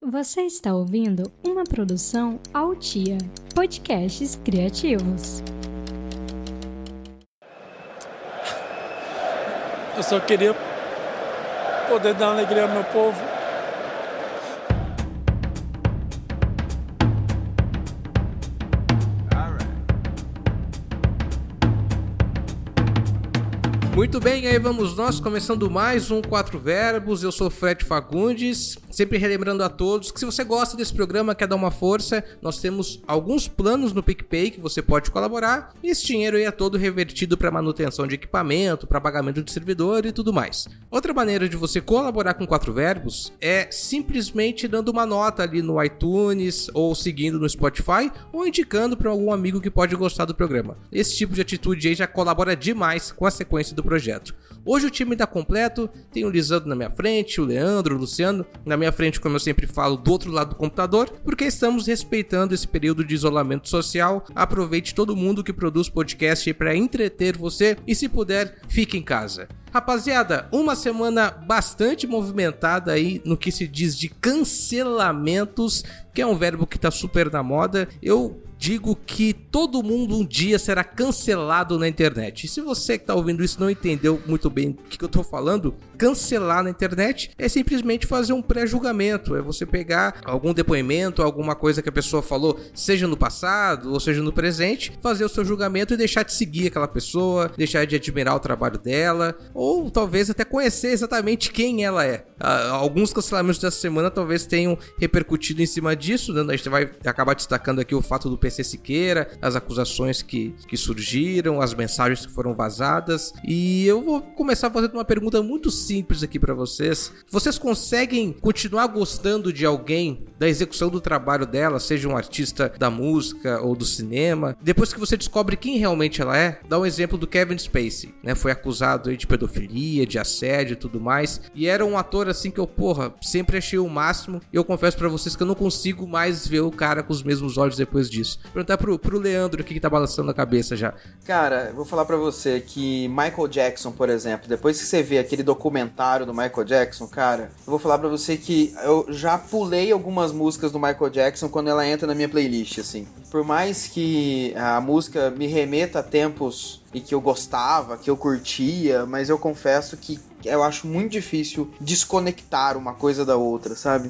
Você está ouvindo uma produção Altia, podcasts criativos. Eu só queria poder dar alegria ao meu povo. Muito bem, aí vamos nós, começando mais um 4 Verbos. Eu sou o Fred Fagundes, sempre relembrando a todos que se você gosta desse programa, quer dar uma força, nós temos alguns planos no PicPay que você pode colaborar, e esse dinheiro aí é todo revertido para manutenção de equipamento, para pagamento de servidor e tudo mais. Outra maneira de você colaborar com 4 Verbos é simplesmente dando uma nota ali no iTunes, ou seguindo no Spotify, ou indicando para algum amigo que pode gostar do programa. Esse tipo de atitude aí já colabora demais com a sequência do projeto. Hoje o time tá completo, tem o Lisandro na minha frente, o Leandro, o Luciano na minha frente, como eu sempre falo, do outro lado do computador, porque estamos respeitando esse período de isolamento social. Aproveite todo mundo que produz podcast para entreter você e, se puder, fique em casa. Rapaziada, uma semana bastante movimentada aí no que se diz de cancelamentos, que é um verbo que tá super na moda. Eu digo que todo mundo um dia será cancelado na internet. E se você que tá ouvindo isso não entendeu muito bem o que eu tô falando, cancelar na internet é simplesmente fazer um pré-julgamento. É você pegar algum depoimento, alguma coisa que a pessoa falou, seja no passado ou seja no presente, fazer o seu julgamento e deixar de seguir aquela pessoa, deixar de admirar o trabalho dela, ou talvez até conhecer exatamente quem ela é. Alguns cancelamentos dessa semana talvez tenham repercutido em cima disso, né? A gente vai acabar destacando aqui o fato do PC Siqueira, as acusações que surgiram, as mensagens que foram vazadas. E eu vou começar fazendo uma pergunta muito simples aqui pra vocês. Vocês conseguem continuar gostando de alguém, da execução do trabalho dela, seja um artista da música ou do cinema, depois que você descobre quem realmente ela é? Dá um exemplo do Kevin Spacey, né? Foi acusado aí de pedofilia, de assédio e tudo mais, e era um ator assim que eu, sempre achei o máximo, e eu confesso pra vocês que eu não consigo mais ver o cara com os mesmos olhos depois disso. Vou perguntar pro Leandro aqui que tá balançando a cabeça já. Cara, eu vou falar pra você que Michael Jackson, por exemplo, depois que você vê aquele documentário do Michael Jackson, cara, eu vou falar pra você que eu já pulei algumas músicas do Michael Jackson quando ela entra na minha playlist, assim. Por mais que a música me remeta a tempos e que eu gostava, que eu curtia, mas eu confesso que eu acho muito difícil desconectar uma coisa da outra, sabe?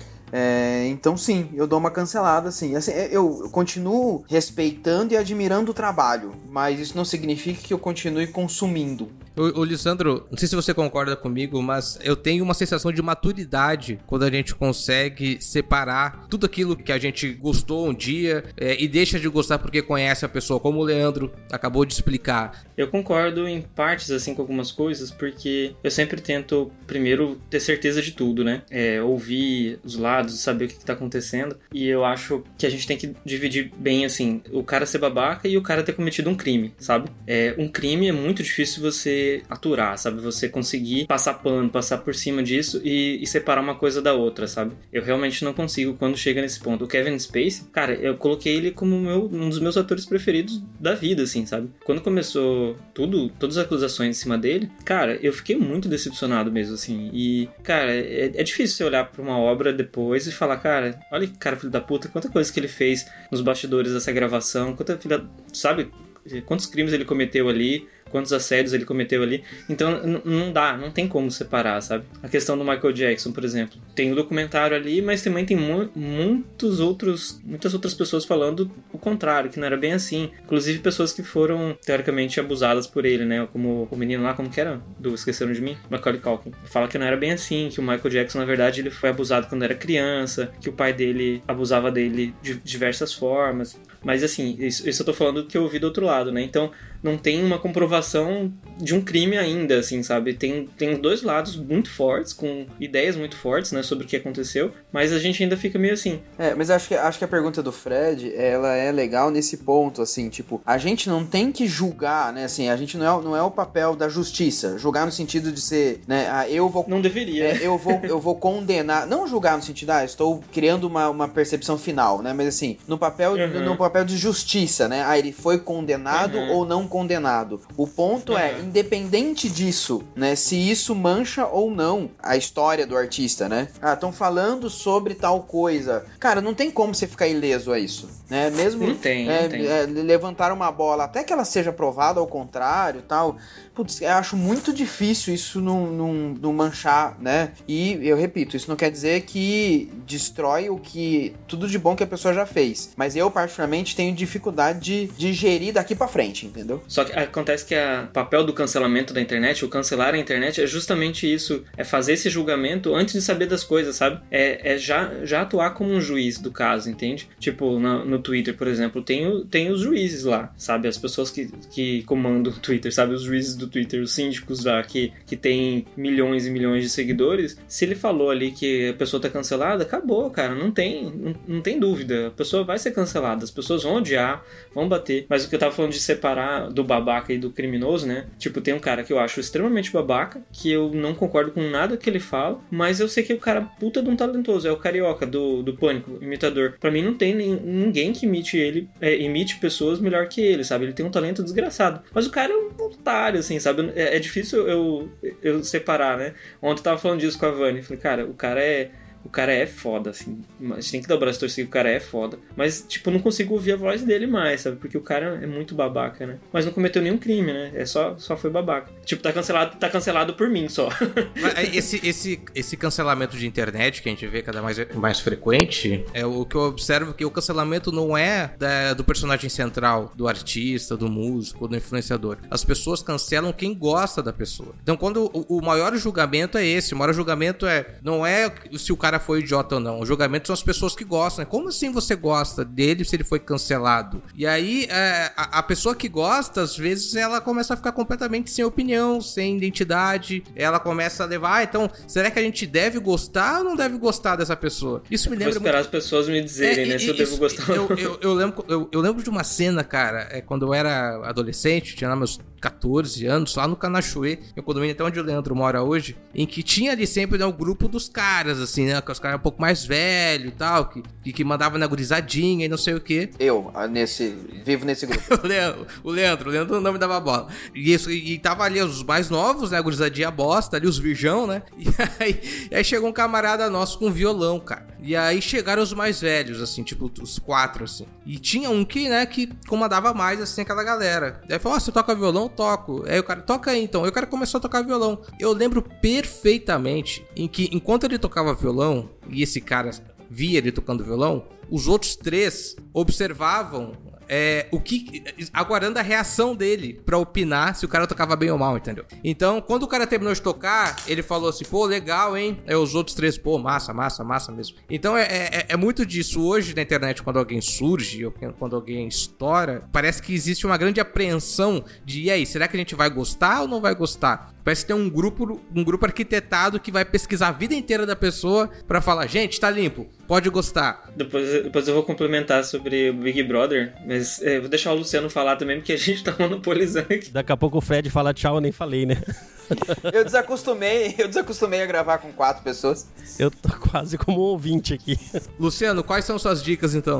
Então sim, eu dou uma cancelada, assim, eu continuo respeitando e admirando o trabalho, mas isso não significa que eu continue consumindo. Ô Lisandro, não sei se você concorda comigo, mas eu tenho uma sensação de maturidade quando a gente consegue separar tudo aquilo que a gente gostou um dia e deixa de gostar porque conhece a pessoa, como o Leandro acabou de explicar. Eu concordo em partes, assim, com algumas coisas, porque eu sempre tento, primeiro, ter certeza de tudo, né? Ouvir os lados, saber o que tá acontecendo, e eu acho que a gente tem que dividir bem, assim, o cara ser babaca e o cara ter cometido um crime, sabe? Um crime é muito difícil você aturar, sabe? Você conseguir passar pano, passar por cima disso e separar uma coisa da outra, sabe? Eu realmente não consigo quando chega nesse ponto. O Kevin Spacey, cara, eu coloquei ele como um dos meus atores preferidos da vida, assim, sabe? Quando começou todas as acusações em cima dele, cara, eu fiquei muito decepcionado mesmo, assim. E, cara, é difícil você olhar pra uma obra depois e falar, cara, olha que cara filho da puta, quanta coisa que ele fez nos bastidores dessa gravação, sabe? Quantos crimes ele cometeu ali, quantos assédios ele cometeu ali. Então não tem como separar, sabe? A questão do Michael Jackson, por exemplo, tem o documentário ali, mas também tem muitas outras pessoas falando o contrário, que não era bem assim. Inclusive pessoas que foram teoricamente abusadas por ele, né? Como o menino lá, como que era? Do Esqueceram de Mim? Macaulay Culkin. Fala que não era bem assim, que o Michael Jackson, na verdade, ele foi abusado quando era criança, que o pai dele abusava dele de diversas formas. Mas assim, isso eu tô falando do que eu ouvi do outro lado, né? Então não tem uma comprovação de um crime ainda, assim, sabe? Tem dois lados muito fortes, com ideias muito fortes, né, sobre o que aconteceu, mas a gente ainda fica meio assim. Mas acho que a pergunta do Fred, ela é legal nesse ponto, assim, tipo, a gente não tem que julgar, né, assim, a gente não é o papel da justiça, julgar no sentido de ser, né, eu vou... Não deveria. Eu vou condenar, não julgar no sentido, estou criando uma percepção final, né, mas assim, no papel de justiça, né, ele foi condenado ou não não condenado. O ponto é, independente disso, né, se isso mancha ou não a história do artista, né? Estão falando sobre tal coisa. Cara, não tem como você ficar ileso a isso, né? Mesmo não tem. levantar uma bola até que ela seja provada ao contrário, tal. Putz, eu acho muito difícil isso não manchar, né? E eu repito, isso não quer dizer que destrói tudo de bom que a pessoa já fez. Mas eu, particularmente, tenho dificuldade de gerir daqui pra frente, entendeu? Só que acontece que o papel do cancelamento da internet, o cancelar a internet, é justamente isso. É fazer esse julgamento antes de saber das coisas, sabe? É já atuar como um juiz do caso, entende? Tipo, no Twitter, por exemplo, tem os juízes lá, sabe? As pessoas que comandam o Twitter, sabe? Os juízes do Twitter, os síndicos lá que tem milhões e milhões de seguidores. Se ele falou ali que a pessoa tá cancelada, acabou, cara. Não tem dúvida. A pessoa vai ser cancelada. As pessoas vão odiar, vão bater. Mas o que eu tava falando de separar do babaca e do criminoso, né? Tipo, tem um cara que eu acho extremamente babaca, que eu não concordo com nada que ele fala, mas eu sei que o cara puta de um talentoso. É o Carioca do Pânico, imitador. Pra mim não tem ninguém que imite pessoas melhor que ele, sabe? Ele tem um talento desgraçado. Mas o cara é um otário, assim, sabe? É difícil eu separar, né? Ontem eu tava falando disso com a Vani. Falei, cara, o cara é foda, assim. A gente tem que dar o braço torcer que o cara é foda. Mas, tipo, eu não consigo ouvir a voz dele mais, sabe? Porque o cara é muito babaca, né? Mas não cometeu nenhum crime, né? Só foi babaca. Tipo, tá cancelado por mim só. Esse cancelamento de internet que a gente vê cada mais frequente, é o que eu observo, que o cancelamento não é do personagem central, do artista, do músico, do influenciador. As pessoas cancelam quem gosta da pessoa. Então, quando o maior julgamento é esse, o maior julgamento não é se o cara foi idiota ou não. O julgamento são as pessoas que gostam, né? Como assim você gosta dele se ele foi cancelado? E aí, a pessoa que gosta, às vezes, ela começa a ficar completamente sem opinião, sem identidade. Ela começa a levar, então, será que a gente deve gostar ou não deve gostar dessa pessoa? Isso me lembra muito... Vou esperar as pessoas me dizerem, né? Se eu devo gostar ou não. Eu lembro de uma cena, cara, quando eu era adolescente, tinha lá meus 14 anos, lá no Canachuê, meu condomínio até onde o Leandro mora hoje, em que tinha ali sempre, né, o grupo dos caras, assim, né, que os caras um pouco mais velhos e tal, que mandavam na gurizadinha e não sei o quê. Vivo nesse grupo. o Leandro não me dava bola. E tava ali os mais novos, né, a gurizadinha bosta, ali os virgão, né, e aí chegou um camarada nosso com violão, cara. E aí chegaram os mais velhos, assim, tipo, os 4, assim. E tinha um que comandava mais, assim, aquela galera. Aí falou, você toca violão? Toco. Aí o cara, toca aí, então. Aí o cara começou a tocar violão. Eu lembro perfeitamente em que, enquanto ele tocava violão, e esse cara via ele tocando violão, os outros 3 observavam aguardando a reação dele pra opinar se o cara tocava bem ou mal, entendeu? Então, quando o cara terminou de tocar, ele falou assim, pô, legal, hein? Aí os outros 3, pô, massa mesmo. Então, é muito disso. Hoje, na internet, quando alguém surge, ou quando alguém estoura, parece que existe uma grande apreensão de, e aí, será que a gente vai gostar ou não vai gostar? Parece que tem um grupo arquitetado que vai pesquisar a vida inteira da pessoa pra falar, gente, tá limpo, pode gostar. Depois eu vou complementar sobre o Big Brother, mas vou deixar o Luciano falar também, porque a gente tá monopolizando aqui. Daqui a pouco o Fred fala tchau, eu nem falei, né? Eu desacostumei a gravar com 4 pessoas. Eu tô quase como um ouvinte aqui. Luciano, quais são suas dicas, então?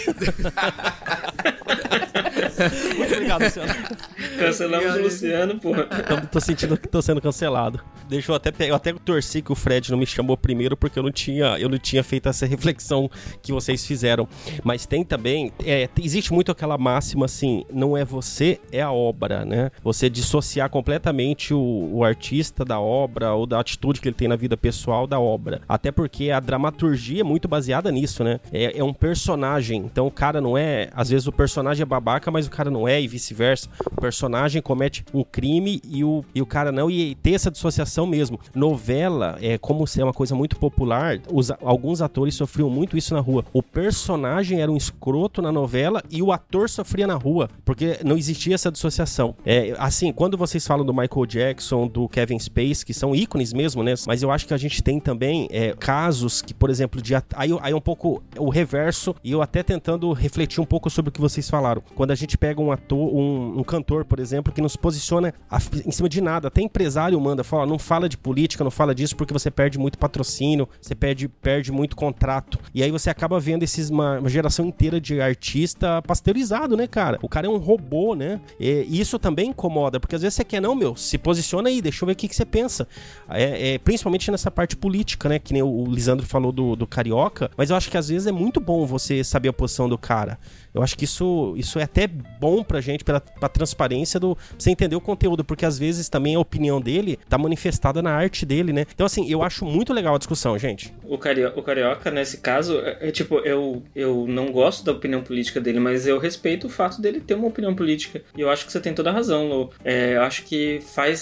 Muito obrigado, Luciano. Cancelamos o Luciano, porra. Tô sentindo que tô sendo cancelado. Deixa eu até torci que o Fred não me chamou primeiro, porque eu não tinha feito essa reflexão que vocês fizeram. Mas tem também, existe muito aquela máxima assim, não é você, é a obra, né? Você dissociar completamente o artista da obra ou da atitude que ele tem na vida pessoal da obra. Até porque a dramaturgia é muito baseada nisso, né? É um personagem, então o cara não é... Às vezes o personagem é babaca, mas o cara não é, e vice-versa. O personagem comete um crime e o cara não, e ter essa dissociação mesmo. Novela, como é uma coisa muito popular, alguns atores sofriam muito isso na rua. O personagem era um escroto na novela e o ator sofria na rua, porque não existia essa dissociação. Assim, quando vocês falam do Michael Jackson, do Kevin Spacey, que são ícones mesmo, né? Mas eu acho que a gente tem também casos que, por exemplo, aí um pouco o reverso, e eu até tentando refletir um pouco sobre o que vocês falaram. Quando a gente pega um ator, um cantor, por exemplo, que nos posiciona em cima de nada, até empresário manda, fala, não fala de política, não fala disso porque você perde muito patrocínio, você perde muito contrato. E aí você acaba vendo uma geração inteira de artista pasteurizado, né, cara? O cara é um robô, né? E isso também incomoda, porque às vezes você quer, não, meu, se posiciona aí, deixa eu ver o que você pensa. Principalmente nessa parte política, né? Que nem o Lisandro falou do Carioca, mas eu acho que às vezes é muito bom você saber a posição do cara. Eu acho que isso é até bom pra gente, pra transparência pra você entender o conteúdo, porque às vezes também a opinião dele tá manifestada na arte dele, né? Então, assim, eu acho muito legal a discussão, gente. O Carioca, nesse caso, tipo, eu não gosto da opinião política dele, mas eu respeito o fato dele ter uma opinião política. E eu acho que você tem toda a razão, Lô. Eu acho que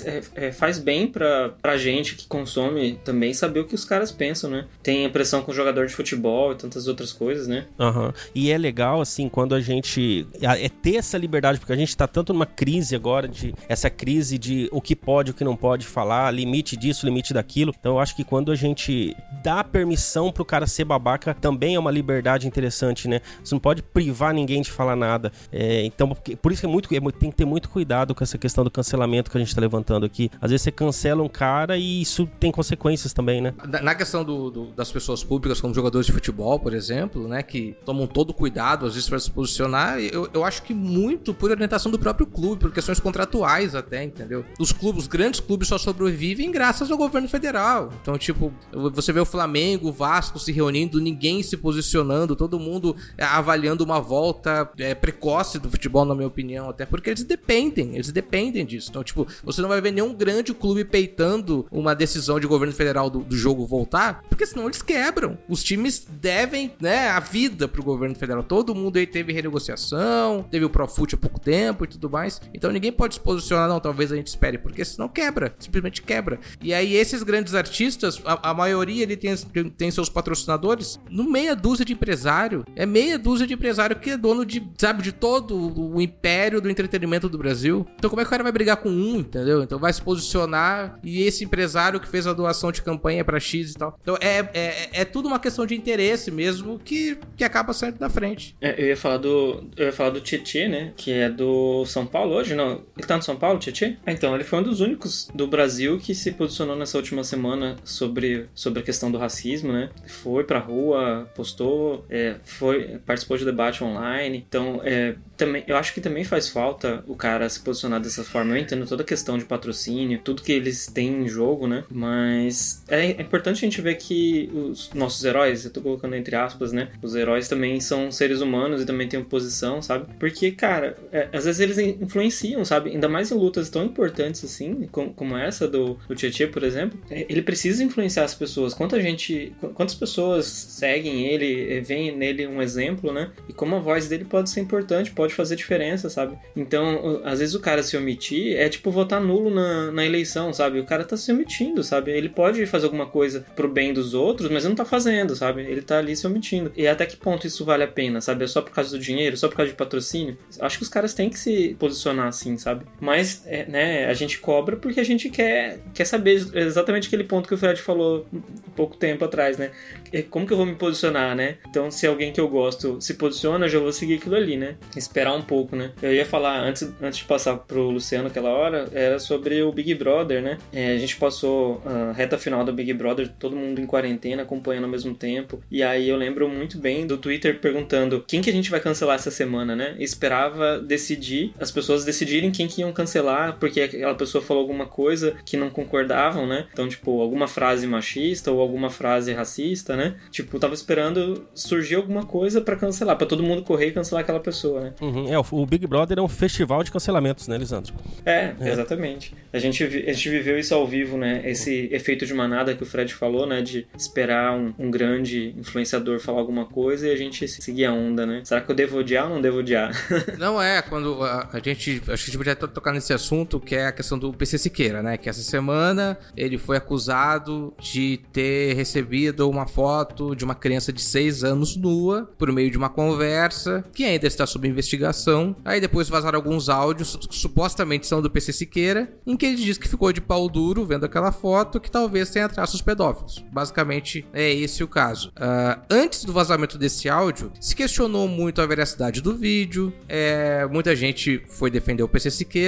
faz bem pra gente que consome também saber o que os caras pensam, né? Tem a pressão com o jogador de futebol e tantas outras coisas, né? E é legal, assim, quando a gente ter essa liberdade, porque a gente tá tanto numa crise agora, essa crise de o que pode, o que não pode falar, limite disso, limite daquilo. Então eu acho que quando a gente dá permissão pro cara ser babaca, também é uma liberdade interessante, né? Você não pode privar ninguém de falar nada. Então, por isso que tem que ter muito cuidado com essa questão do cancelamento que a gente tá levantando aqui. Às vezes você cancela um cara e isso tem consequências também, né? Na questão das pessoas públicas, como jogadores de futebol, por exemplo, né, que tomam todo o cuidado, às vezes, para se posicionar, eu acho que muito por orientação do próprio clube, por questões contratuais até, entendeu? Os grandes clubes só sobrevivem graças ao governo federal. Então, tipo, você vê o Flamengo, o Vasco se reunindo, ninguém se posicionando, todo mundo avaliando uma volta precoce do futebol, na minha opinião, até porque eles dependem disso. Então, tipo, você não vai ver nenhum grande clube peitando uma decisão de governo federal do jogo voltar, porque senão eles quebram. Os times devem, né, a vida pro governo federal. Todo mundo aí teve renegociação, teve o Profut há pouco tempo e tudo mais. Então ninguém pode se posicionar, não, talvez a gente espere, porque senão quebra, simplesmente quebra. E aí esses grandes artistas, a maioria ele tem seus patrocinadores no meia dúzia de empresário. É meia dúzia de empresário que é dono de todo o império do entretenimento do Brasil. Então como é que o cara vai brigar com um, entendeu? Então vai se posicionar e esse empresário que fez a doação de campanha pra X e tal. Então é tudo uma questão de interesse mesmo que acaba saindo da frente. Eu ia falar do Tietê, né? Que é do São Paulo hoje, não? Ele tá no São Paulo, Tietê? Então, ele foi um dos únicos do Brasil que se posicionou nessa última semana sobre a questão do racismo, né? Foi pra rua, postou, participou de debate online. Então, também, eu acho que também faz falta o cara se posicionar dessa forma. Eu entendo toda a questão de patrocínio, tudo que eles têm em jogo, né? Mas é importante a gente ver que os nossos heróis, eu tô colocando entre aspas, né? Os heróis também são seres humanos e também têm oposição, sabe? Porque, cara, às vezes eles influenciam, sabe? Ainda mais em lutas tão importantes assim, como essa do Tietê, por exemplo. Ele precisa influenciar as pessoas. Quantas pessoas seguem ele, veem nele um exemplo, né? E como a voz dele pode ser importante, pode fazer diferença, sabe? Então, às vezes o cara se omitir é tipo votar nulo na eleição, sabe? O cara tá se omitindo, sabe? Ele pode fazer alguma coisa pro bem dos outros, mas ele não tá fazendo, sabe? Ele tá ali se omitindo. E até que ponto isso vale a pena, sabe? É só por causa do dinheiro, só por causa de patrocínio? Acho que os caras têm que se posicionar assim, sabe? Mas, né, a gente cobra porque a gente quer saber exatamente aquele ponto que o Fred falou pouco tempo atrás, né? Como que eu vou me posicionar, né? Então, se alguém que eu gosto se posiciona, eu já vou seguir aquilo ali, né? Esperar um pouco, né? Eu ia falar, antes de passar pro Luciano aquela hora, era sobre o Big Brother, né? A gente passou a reta final do Big Brother, todo mundo em quarentena, acompanhando ao mesmo tempo. E aí eu lembro muito bem do Twitter perguntando quem que a gente vai cancelar essa semana, né? Esperava decidir, as pessoas decidirem quem que iam cancelar, porque aquela pessoa falou alguma coisa que não concordavam, né? Então, tipo, alguma frase machista ou alguma frase racista, né? Tipo, tava esperando surgir alguma coisa pra cancelar, pra todo mundo correr e cancelar aquela pessoa, né? O Big Brother é um festival de cancelamentos, né, Lisandro? Exatamente. A gente viveu isso ao vivo, né? Esse efeito de manada que o Fred falou, né? De esperar um grande influenciador falar alguma coisa e a gente seguir a onda, né? Será que eu devo odiar ou não devo odiar? Não quando a gente... Acho que a gente poderia tocar nesse assunto, que é a questão do PC Siqueira, né? Que essa semana ele foi acusado de ter recebido uma foto de uma criança de 6 anos nua por meio de uma conversa que ainda está sob investigação. Aí depois vazaram alguns áudios que supostamente são do PC Siqueira, em que ele diz que ficou de pau duro vendo aquela foto, que talvez tenha traços pedófilos. Basicamente é esse o caso. Antes do vazamento desse áudio, se questionou muito a veracidade do vídeo, muita gente foi defender o PC Siqueira,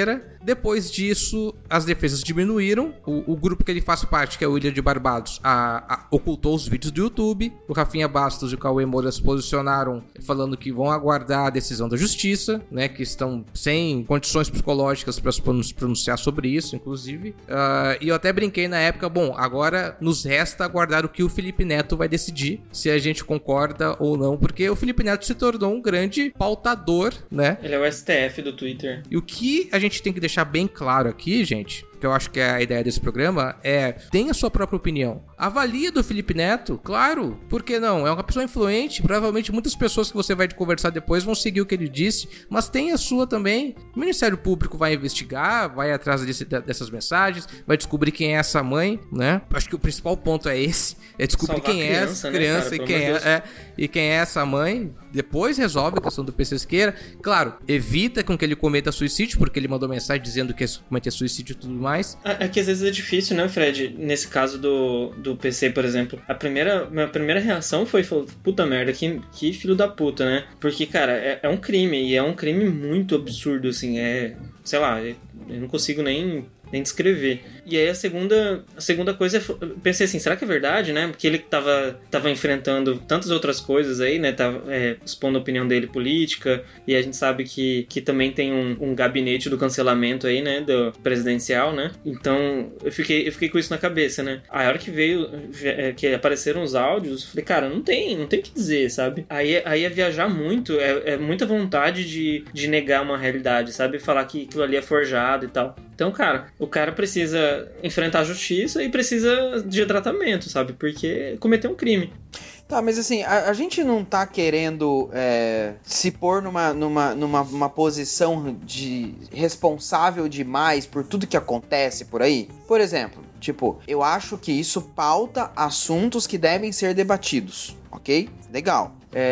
Depois disso, as defesas diminuíram. O grupo que ele faz parte, que é o Ilha de Barbados, ocultou os vídeos do YouTube. O Rafinha Bastos e o Cauê Moura se posicionaram falando que vão aguardar a decisão da justiça, né? Que estão sem condições psicológicas para se pronunciar sobre isso, inclusive. E eu até brinquei na época, bom, agora nos resta aguardar o que o Felipe Neto vai decidir, se a gente concorda ou não, porque o Felipe Neto se tornou um grande pautador, né? Ele é o STF do Twitter. E o que a gente tem que deixar bem claro aqui, gente, que eu acho que é a ideia desse programa, tenha a sua própria opinião. Avalia do Felipe Neto, claro, por que não? É uma pessoa influente, provavelmente muitas pessoas que você vai conversar depois vão seguir o que ele disse, mas tem a sua também. O Ministério Público vai investigar, vai atrás dessas mensagens, vai descobrir quem é essa mãe, né? Acho que o principal ponto é esse, é descobrir quem é essa criança, né, cara, e quem é essa mãe. Depois resolve a questão do PC Siqueira. Claro, evita com que ele cometa suicídio, porque ele mandou mensagem dizendo que ia cometer suicídio e tudo mais. É que às vezes é difícil, né, Fred? Nesse caso do PC, por exemplo, minha primeira reação foi, puta merda, que filho da puta, né? Porque, cara, é um crime, e é um crime muito absurdo, assim, sei lá, eu não consigo nem descrever. E aí a segunda coisa, eu pensei assim, será que é verdade, né? Porque ele tava enfrentando tantas outras coisas aí, né? Tava expondo a opinião dele política, e a gente sabe que também tem um gabinete do cancelamento aí, né? Do presidencial, né? Então, eu fiquei com isso na cabeça, né? Aí a hora que veio, que apareceram os áudios, eu falei, cara, não tem o que dizer, sabe? Aí é viajar muito, é muita vontade de negar uma realidade, sabe? Falar que aquilo ali é forjado e tal. Então, cara, o cara precisa enfrentar a justiça e precisa de tratamento, sabe? Porque cometeu um crime. Tá, mas assim, a gente não tá querendo se pôr numa posição de responsável demais por tudo que acontece por aí? Por exemplo, tipo, eu acho que isso pauta assuntos que devem ser debatidos, ok? Legal.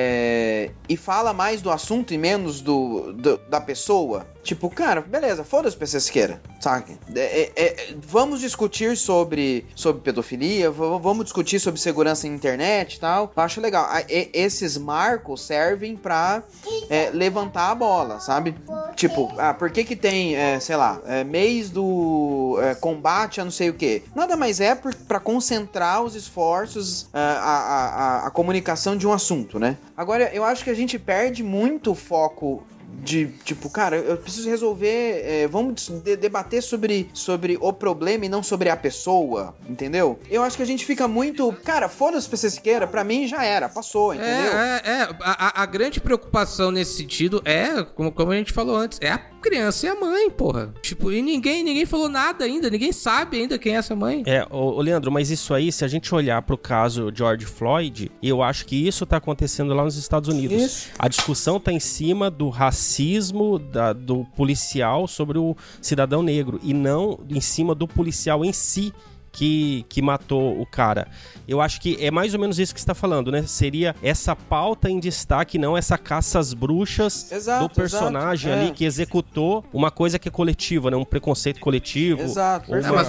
E fala mais do assunto e menos da pessoa. Tipo, cara, beleza, foda-se PC Siqueira, sabe? Vamos discutir sobre pedofilia, vamos discutir sobre segurança na internet e tal. Eu acho legal. Esses marcos servem pra levantar a bola, sabe? Tipo, por que tem, sei lá, mês do combate a não sei o que? Nada mais pra concentrar os esforços, a comunicação de um assunto, né? Agora, eu acho que a gente perde muito o foco de, tipo, cara, eu preciso resolver, vamos debater sobre o problema e não sobre a pessoa, entendeu? Eu acho que a gente fica muito, cara, foda-se PC Siqueira, pra mim já era, passou, entendeu? A grande preocupação nesse sentido como a gente falou antes, é a criança e a mãe, porra. Tipo, e ninguém falou nada ainda, ninguém sabe ainda quem é essa mãe. Ô Leandro, mas isso aí, se a gente olhar pro caso George Floyd, eu acho que isso tá acontecendo lá nos Estados Unidos. Isso. A discussão tá em cima do racismo do policial sobre o cidadão negro, e não em cima do policial em si que matou o cara. Eu acho que é mais ou menos isso que você está falando, né? Seria essa pauta em destaque, não essa caça às bruxas do personagem ali que executou uma coisa que é coletiva, né? Um preconceito coletivo. Exato.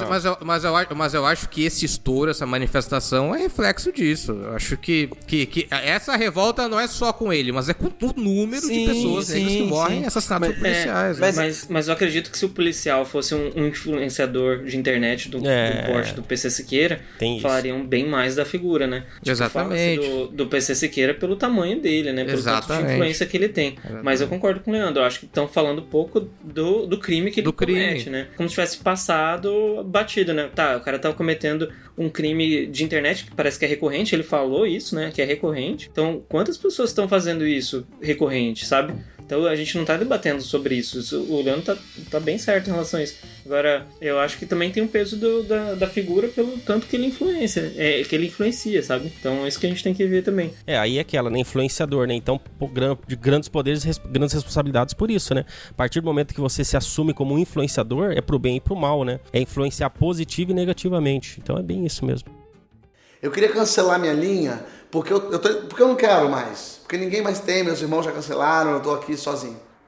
Mas eu acho que esse estouro, essa manifestação é reflexo disso. Eu acho que essa revolta não é só com ele, mas é com o número de pessoas negras que morrem assassinados por policiais. Mas eu acredito que se o policial fosse um influenciador de internet do porte do PC Siqueira, falariam bem mais da figura, né? Tipo, exatamente. Do PC Siqueira pelo tamanho dele, né? Pelo tanto de influência que ele tem. Exatamente. Mas eu concordo com o Leandro, eu acho que estão falando um pouco do crime que ele comete, né? Como se tivesse passado batido, né? Tá, o cara tava cometendo um crime de internet que parece que é recorrente, ele falou isso, né? Que é recorrente. Então, quantas pessoas estão fazendo isso recorrente, sabe? Então a gente não tá debatendo sobre isso. O Leandro tá bem certo em relação a isso. Agora, eu acho que também tem um peso da figura pelo tanto que ele que ele influencia, sabe? Então é isso que a gente tem que ver também. Aí é aquela, né? Influenciador, né? Então, de grandes poderes, grandes responsabilidades por isso, né? A partir do momento que você se assume como um influenciador, é pro bem e pro mal, né? É influenciar positivo e negativamente. Então é bem isso mesmo. Eu queria cancelar minha linha porque eu não quero mais. Porque ninguém mais tem, meus irmãos já cancelaram, eu tô aqui sozinho.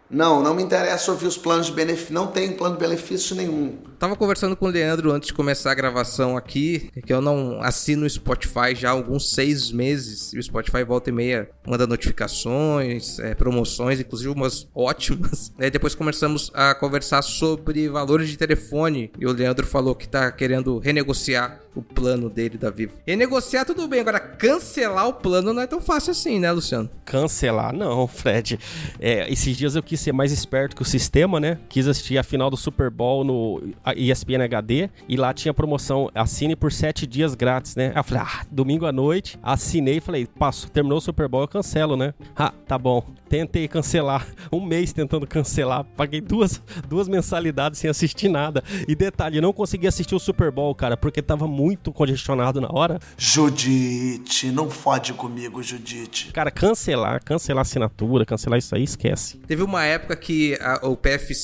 Não me interessa ouvir os planos de benefício. Não tem plano de benefício nenhum. Tava conversando com o Leandro antes de começar a gravação aqui, que eu não assino o Spotify já há alguns 6 meses. E o Spotify volta e meia manda notificações, promoções, inclusive umas ótimas. Depois começamos a conversar sobre valores de telefone. E o Leandro falou que tá querendo renegociar o plano dele da Vivo. Renegociar tudo bem, agora cancelar o plano não é tão fácil assim, né, Luciano? Cancelar? Não, Fred. Esses dias eu quis ser mais esperto que o sistema, né? Quis assistir a final do Super Bowl no ESPN HD e lá tinha promoção, assine por 7 dias grátis, né? Aí eu falei, domingo à noite, assinei e falei, terminou o Super Bowl, eu cancelo, né? Tá bom. Tentei cancelar, 1 mês tentando cancelar, paguei duas mensalidades sem assistir nada. E detalhe, eu não consegui assistir o Super Bowl, cara, porque tava muito congestionado na hora. Judite, não fode comigo, Judite. Cara, cancelar a assinatura, cancelar isso aí, esquece. Teve uma época que o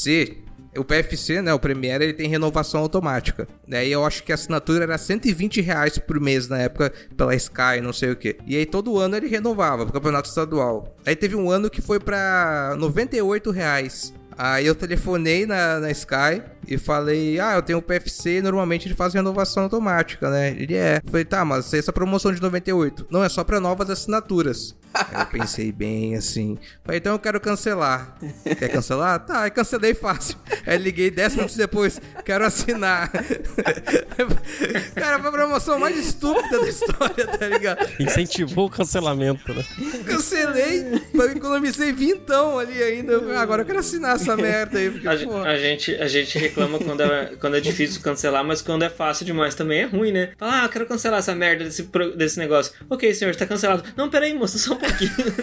PFC, né, o Premiere, ele tem renovação automática. Daí eu acho que a assinatura era R$120 por mês na época, pela Sky, não sei o que. E aí todo ano ele renovava pro campeonato estadual. Aí teve um ano que foi pra R$98. Aí eu telefonei na Sky e falei, eu tenho o PFC, normalmente ele faz renovação automática, né? Ele Falei, tá, mas essa promoção de 98 não é só pra novas assinaturas. Aí eu pensei bem assim, falei, então eu quero cancelar. Quer cancelar? Tá, aí cancelei fácil. Aí liguei 10 minutos depois, quero assinar. Cara, foi a promoção mais estúpida da história, tá ligado? Incentivou o cancelamento, né? Cancelei, eu economizei vintão ali ainda. Agora eu quero assinar essa merda aí. Porque, a gente reclama quando é difícil cancelar, mas quando é fácil demais também é ruim, né? Fala, eu quero cancelar essa merda desse negócio. Ok, senhor, tá cancelado. Não, peraí, moço, só um pouquinho.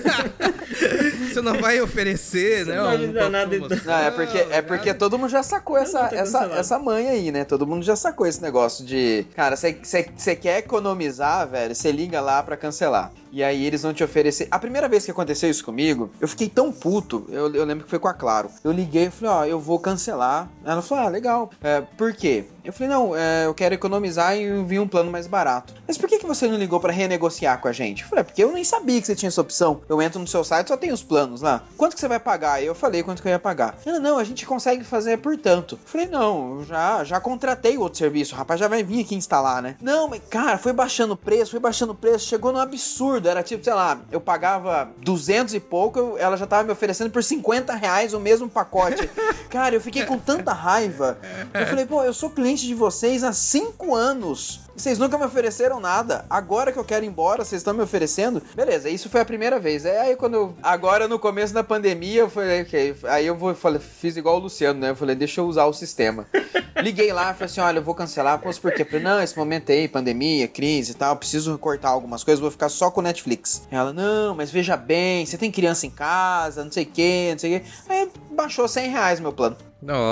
Você não vai oferecer, né? Não vai me dar nada. Não, é porque todo mundo já sacou essa manha aí, né? Todo mundo já sacou esse negócio de... Cara, você quer economizar, velho, você liga lá pra cancelar. E aí eles vão te oferecer... A primeira vez que aconteceu isso comigo, eu fiquei tão puto. Eu lembro que foi com a Claro. Eu liguei e falei, eu vou cancelar. Ela falou, legal. Por quê? Eu falei, não, eu quero economizar e vi um plano mais barato. Mas por que você não ligou pra renegociar com a gente? Eu falei, porque eu nem sabia que você tinha essa opção. Eu entro no seu site, só tem os planos lá. Quanto que você vai pagar? Aí eu falei quanto que eu ia pagar. Não, a gente consegue fazer por tanto. Eu falei, não, eu já contratei outro serviço. O rapaz já vai vir aqui instalar, né? Não, mas cara, foi baixando o preço, chegou num absurdo. Era tipo, sei lá, eu pagava 200 e pouco, ela já tava me oferecendo por R$50 o mesmo pacote. Cara, eu fiquei com tanta raiva. Eu falei, eu sou cliente de vocês há 5 anos. Vocês nunca me ofereceram nada. Agora que eu quero ir embora, vocês estão me oferecendo? Beleza, isso foi a primeira vez. Aí agora no começo da pandemia, eu falei, ok. Aí fiz igual o Luciano, né? Eu falei, deixa eu usar o sistema. Liguei lá, falei assim, olha, eu vou cancelar. Por quê? Eu falei, não, esse momento aí, pandemia, crise e tal, preciso recortar algumas coisas, vou ficar só com o Netflix. Ela, não, mas veja bem, você tem criança em casa, não sei o que. Aí baixou R$100 meu plano.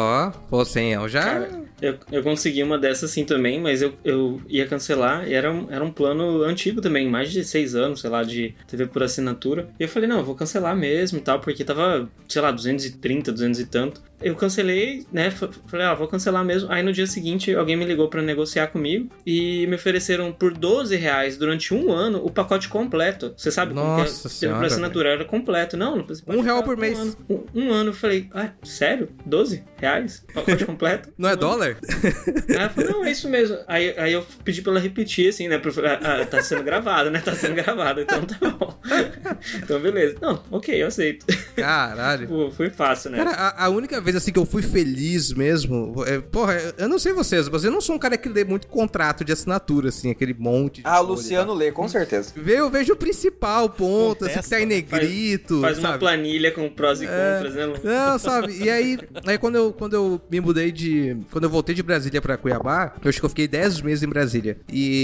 Pô, 100 eu já... Cara, eu consegui uma dessas sim também, mas eu ia cancelar e era um plano antigo também, mais de 6 anos, sei lá, de TV por assinatura. E eu falei, não, eu vou cancelar mesmo e tal, porque tava, sei lá, 230, 200 e tanto. Eu cancelei, né, falei, vou cancelar mesmo. Aí no dia seguinte alguém me ligou pra negociar comigo e me ofereceram por R$12 durante 1 ano o pacote completo. Você sabe como que TV por assinatura era completo. Não, R$1 por mês. Um ano. Eu falei, sério? R$12? Pacote completo? Não é dólar? Ela falou, não, é isso mesmo. Aí eu pedi pra ela repetir, assim, né? Tá sendo gravado, né? Tá sendo gravado, então tá bom. Então, beleza. Não, ok, eu aceito. Caralho. Pô, foi fácil, né? Cara, a única vez, assim, que eu fui feliz mesmo... eu não sei vocês, mas eu não sou um cara que lê muito contrato de assinatura, assim, aquele monte de o Luciano lê, com certeza. Eu vejo o principal ponto, assim, que tá em negrito, faz uma planilha com prós e contras, né, Lu? Não, sabe? E aí quando eu me mudei quando eu voltei de Brasília pra Cuiabá, eu acho que eu fiquei 10 meses em Brasília.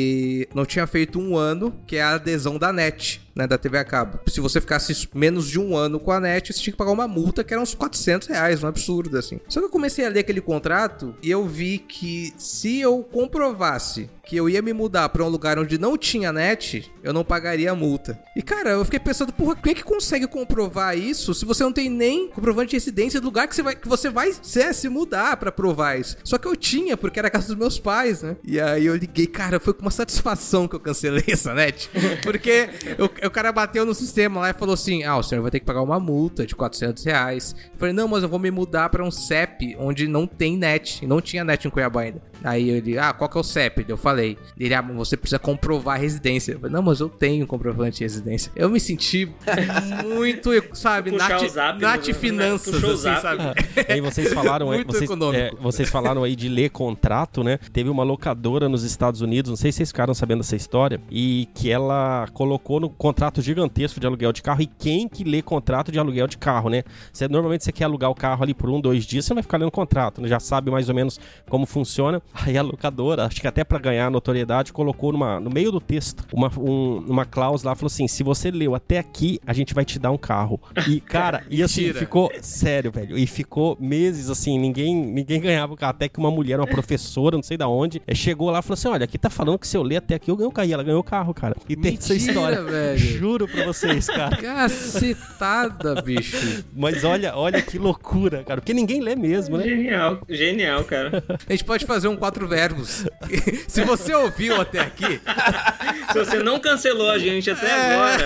E não tinha feito 1 ano, que é a adesão da NET, né, da TV a cabo. Se você ficasse menos de 1 ano com a NET, você tinha que pagar uma multa que era uns R$400, um absurdo, assim. Só que eu comecei a ler aquele contrato e eu vi que se eu comprovasse que eu ia me mudar pra um lugar onde não tinha net, eu não pagaria a multa. E, cara, eu fiquei pensando, quem é que consegue comprovar isso se você não tem nem comprovante de residência do lugar que você vai se mudar pra provar isso? Só que eu tinha, porque era a casa dos meus pais, né? E aí eu liguei, cara, foi com uma satisfação que eu cancelei essa net. Porque o cara bateu no sistema lá e falou assim, o senhor vai ter que pagar uma multa de R$400. Eu falei, não, mas eu vou me mudar pra um CEP onde não tem net. E não tinha net em Cuiabá ainda. Aí ele, qual que é o CEP? Eu falei, ele, você precisa comprovar a residência. Eu falei, não, mas eu tenho comprovante de residência. Eu me senti muito, sabe, Nath Finanças, assim, sabe? Aí vocês falaram aí, vocês falaram aí de ler contrato, né? Teve uma locadora nos Estados Unidos, não sei se vocês ficaram sabendo dessa história, e que ela colocou no contrato gigantesco de aluguel de carro, e quem que lê contrato de aluguel de carro, né? Normalmente você quer alugar o carro ali por 1-2 dias, você não vai ficar lendo contrato, né? Já sabe mais ou menos como funciona. Aí a locadora, acho que até pra ganhar notoriedade, colocou no meio do texto uma cláusula lá, falou assim, se você leu até aqui, a gente vai te dar um carro. E, cara, e assim, ficou sério, velho, e ficou meses assim, ninguém ganhava o carro, até que uma mulher, uma professora, não sei da onde, chegou lá e falou assim, olha, aqui tá falando que se eu ler até aqui, eu ganho o carro. E ela ganhou o carro, cara. E tem essa história, velho. Juro pra vocês, cara. Cacetada, bicho. Mas olha que loucura, cara, porque ninguém lê mesmo, né? Genial, cara. A gente pode fazer um 4 verbos. Se você ouviu até aqui... Se você não cancelou a gente até agora...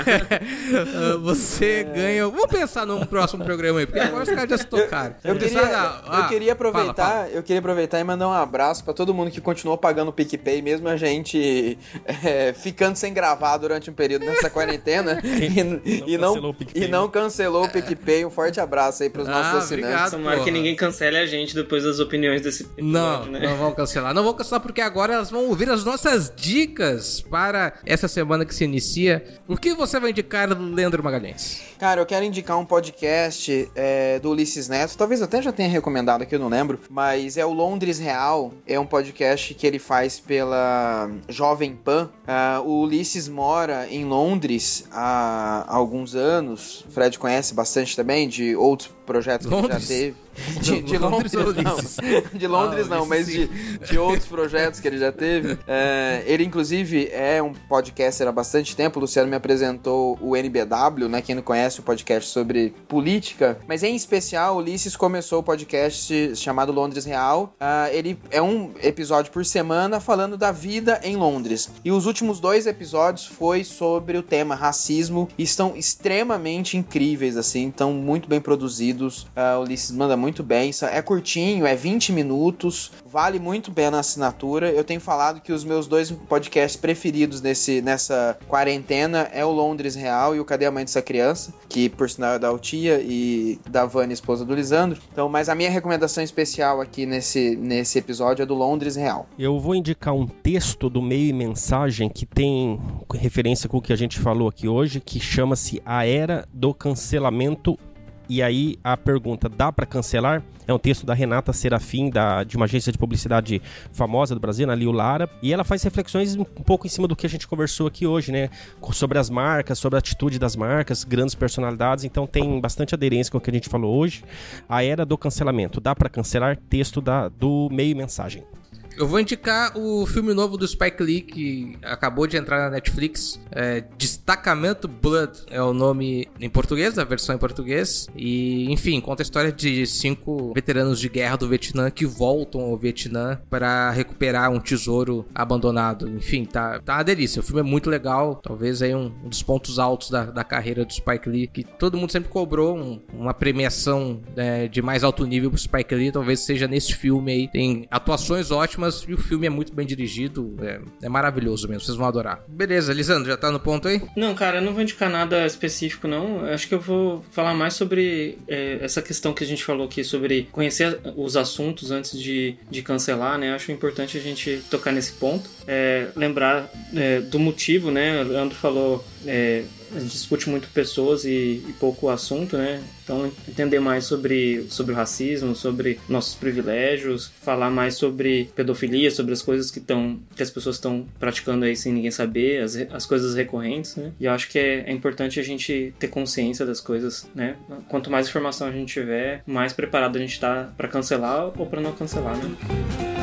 você ganha... Vamos pensar num próximo programa aí, porque agora os caras já se tocaram. Eu queria aproveitar e mandar um abraço pra todo mundo que continuou pagando o PicPay, mesmo a gente ficando sem gravar durante um período nessa quarentena e não cancelou o PicPay. Um forte abraço aí pros nossos assinantes. Tomara que ninguém cancele a gente depois das opiniões desse episódio, né? Não vão cancelar. Não vão cancelar porque agora elas vão ouvir as nossas dicas para essa semana que se inicia. O que você vai indicar, Leandro Magalhães? Cara, eu quero indicar um podcast do Ulisses Neto. Talvez eu até já tenha recomendado aqui, eu não lembro. Mas é o Londres Real. É um podcast que ele faz pela Jovem Pan. O Ulisses mora em Londres há alguns anos. O Fred conhece bastante também de outros projetos que ele já teve. De Londres ou Ulisses? De Londres não, mas de outros projetos que ele já teve. Ele, inclusive, é um podcaster há bastante tempo. O Luciano me apresentou o NBW, né? Quem não conhece, o podcast sobre política. Mas, em especial, o Ulisses começou o podcast chamado Londres Real. Ele é um episódio por semana falando da vida em Londres. E os últimos 2 episódios foi sobre o tema racismo. E estão extremamente incríveis, assim. Estão muito bem produzidos. O Ulisses manda muito bem, é curtinho, é 20 minutos, vale muito bem a assinatura. Eu tenho falado que os meus 2 podcasts preferidos nessa quarentena é o Londres Real e o Cadê a Mãe dessa Criança, que por sinal é da Altia e da Vânia, esposa do Lisandro. Então, mas a minha recomendação especial aqui nesse episódio é do Londres Real. Eu vou indicar um texto do Meio e Mensagem que tem referência com o que a gente falou aqui hoje, que chama-se A Era do Cancelamento. E aí a pergunta, dá pra cancelar? É um texto da Renata Serafim, de uma agência de publicidade famosa do Brasil, a Liu Lara. E ela faz reflexões um pouco em cima do que a gente conversou aqui hoje, né? Sobre as marcas, sobre a atitude das marcas, grandes personalidades. Então tem bastante aderência com o que a gente falou hoje. A Era do Cancelamento. Dá pra cancelar? Texto do Meio e Mensagem. Eu vou indicar o filme novo do Spike Lee, que acabou de entrar na Netflix. Destacamento Blood é o nome em português, a versão em português. E, enfim, conta a história de 5 veteranos de guerra do Vietnã que voltam ao Vietnã para recuperar um tesouro abandonado. Enfim, tá uma delícia. O filme é muito legal. Talvez aí um dos pontos altos da carreira do Spike Lee, que todo mundo sempre cobrou uma premiação de mais alto nível pro Spike Lee. Talvez seja nesse filme aí. Tem atuações ótimas e o filme é muito bem dirigido, é maravilhoso mesmo, vocês vão adorar. Beleza, Lisandro, já tá no ponto aí? Não, cara, eu não vou indicar nada específico, não. Eu acho que eu vou falar mais sobre essa questão que a gente falou aqui, sobre conhecer os assuntos antes de cancelar, né? Eu acho importante a gente tocar nesse ponto. Lembrar do motivo, né? O Leandro falou... a gente discute muito pessoas e pouco o assunto, né? Então, entender mais sobre o racismo, sobre nossos privilégios, falar mais sobre pedofilia, sobre as coisas que as pessoas estão praticando aí sem ninguém saber, as coisas recorrentes, né? E eu acho que é importante a gente ter consciência das coisas, né? Quanto mais informação a gente tiver, mais preparado a gente tá para cancelar ou para não cancelar, né?